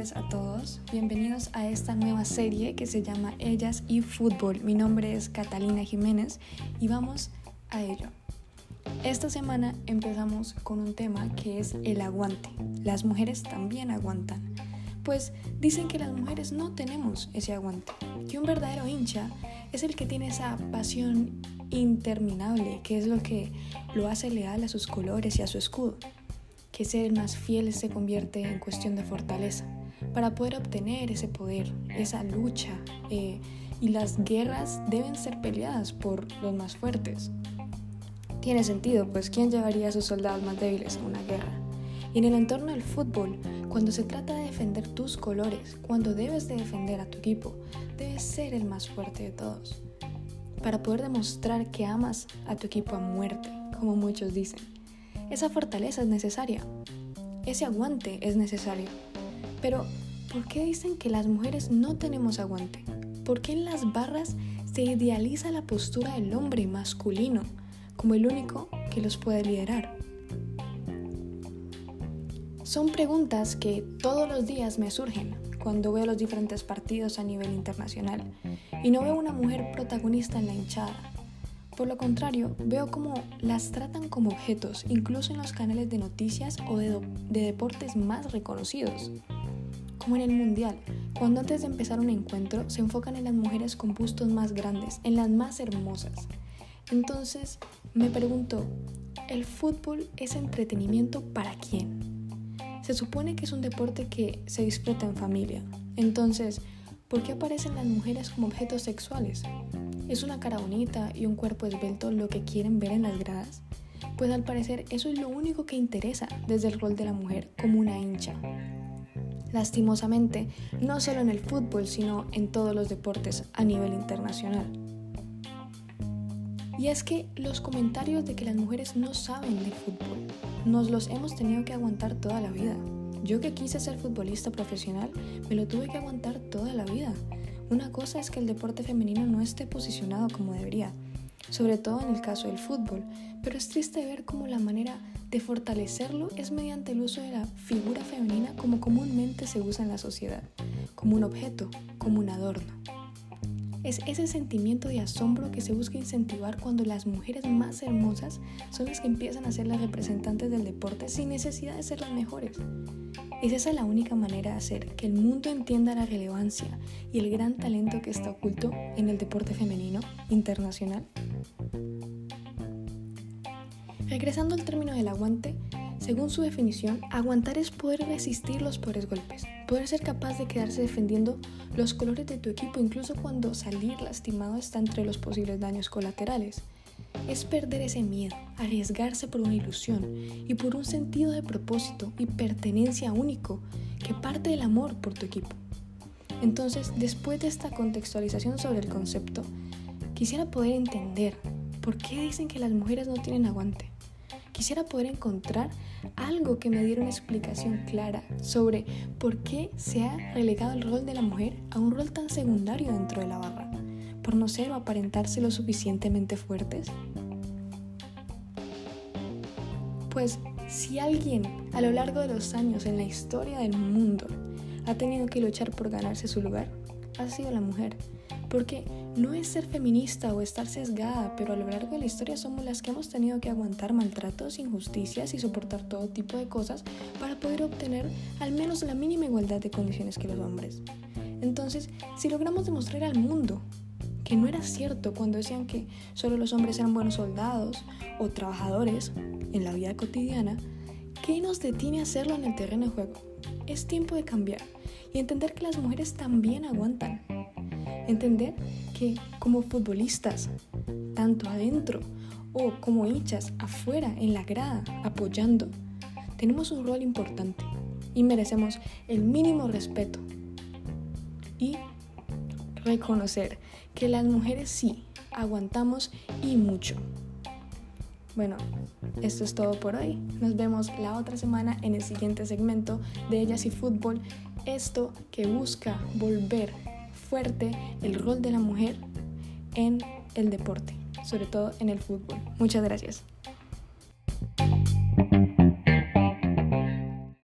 tardes a todos. Bienvenidos a esta nueva serie que se llama Ellas y Fútbol. Mi nombre es Catalina Jiménez y vamos a ello. Esta semana empezamos con un tema que es el aguante. Las mujeres también aguantan. Pues dicen que las mujeres no tenemos ese aguante. Que un verdadero hincha es el que tiene esa pasión interminable, que es lo que lo hace leal a sus colores y a su escudo. Que ser más fiel se convierte en cuestión de fortaleza para poder obtener ese poder, esa lucha, y las guerras deben ser peleadas por los más fuertes. Tiene sentido, pues ¿quién llevaría a sus soldados más débiles a una guerra? Y en el entorno del fútbol, cuando se trata de defender tus colores, cuando debes de defender a tu equipo, debes ser el más fuerte de todos, para poder demostrar que amas a tu equipo a muerte, como muchos dicen. Esa fortaleza es necesaria, ese aguante es necesario. Pero, ¿por qué dicen que las mujeres no tenemos aguante? ¿Por qué en las barras se idealiza la postura del hombre masculino como el único que los puede liderar? Son preguntas que todos los días me surgen cuando veo los diferentes partidos a nivel internacional y no veo una mujer protagonista en la hinchada. Por lo contrario, veo cómo las tratan como objetos, incluso en los canales de noticias o de deportes más reconocidos. Como en el Mundial, cuando antes de empezar un encuentro se enfocan en las mujeres con bustos más grandes, en las más hermosas. Entonces, me pregunto, ¿el fútbol es entretenimiento para quién? Se supone que es un deporte que se disfruta en familia. Entonces, ¿por qué aparecen las mujeres como objetos sexuales? ¿Es una cara bonita y un cuerpo esbelto lo que quieren ver en las gradas? Pues al parecer eso es lo único que interesa desde el rol de la mujer como una hincha. Lastimosamente, no solo en el fútbol, sino en todos los deportes a nivel internacional. Y es que los comentarios de que las mujeres no saben de fútbol, nos los hemos tenido que aguantar toda la vida. Yo que quise ser futbolista profesional, me lo tuve que aguantar toda la vida. Una cosa es que el deporte femenino no esté posicionado como debería, sobre todo en el caso del fútbol, pero es triste ver cómo la manera de fortalecerlo es mediante el uso de la figura femenina como comúnmente se usa en la sociedad, como un objeto, como un adorno. Es ese sentimiento de asombro que se busca incentivar cuando las mujeres más hermosas son las que empiezan a ser las representantes del deporte sin necesidad de ser las mejores. ¿Es esa la única manera de hacer que el mundo entienda la relevancia y el gran talento que está oculto en el deporte femenino internacional? Regresando al término del aguante, según su definición, aguantar es poder resistir los peores golpes, poder ser capaz de quedarse defendiendo los colores de tu equipo incluso cuando salir lastimado está entre los posibles daños colaterales. Es perder ese miedo, arriesgarse por una ilusión y por un sentido de propósito y pertenencia único que parte del amor por tu equipo. Entonces, después de esta contextualización sobre el concepto, quisiera poder entender por qué dicen que las mujeres no tienen aguante. Quisiera poder encontrar algo que me diera una explicación clara sobre por qué se ha relegado el rol de la mujer a un rol tan secundario dentro de la barra, por no ser o aparentarse lo suficientemente fuertes. Pues si alguien a lo largo de los años en la historia del mundo ha tenido que luchar por ganarse su lugar, ha sido la mujer. Porque no es ser feminista o estar sesgada, pero a lo largo de la historia somos las que hemos tenido que aguantar maltratos, injusticias y soportar todo tipo de cosas para poder obtener al menos la mínima igualdad de condiciones que los hombres. Entonces, si logramos demostrar al mundo que no era cierto cuando decían que solo los hombres eran buenos soldados o trabajadores en la vida cotidiana, ¿qué nos detiene a hacerlo en el terreno de juego? Es tiempo de cambiar y entender que las mujeres también aguantan. Entender que como futbolistas, tanto adentro o como hinchas afuera en la grada apoyando, tenemos un rol importante y merecemos el mínimo respeto. Y reconocer que las mujeres sí aguantamos y mucho. Bueno, esto es todo por hoy. Nos vemos la otra semana en el siguiente segmento de Ellas y Fútbol. Esto que busca volver fuerte el rol de la mujer en el deporte, sobre todo en el fútbol. Muchas gracias.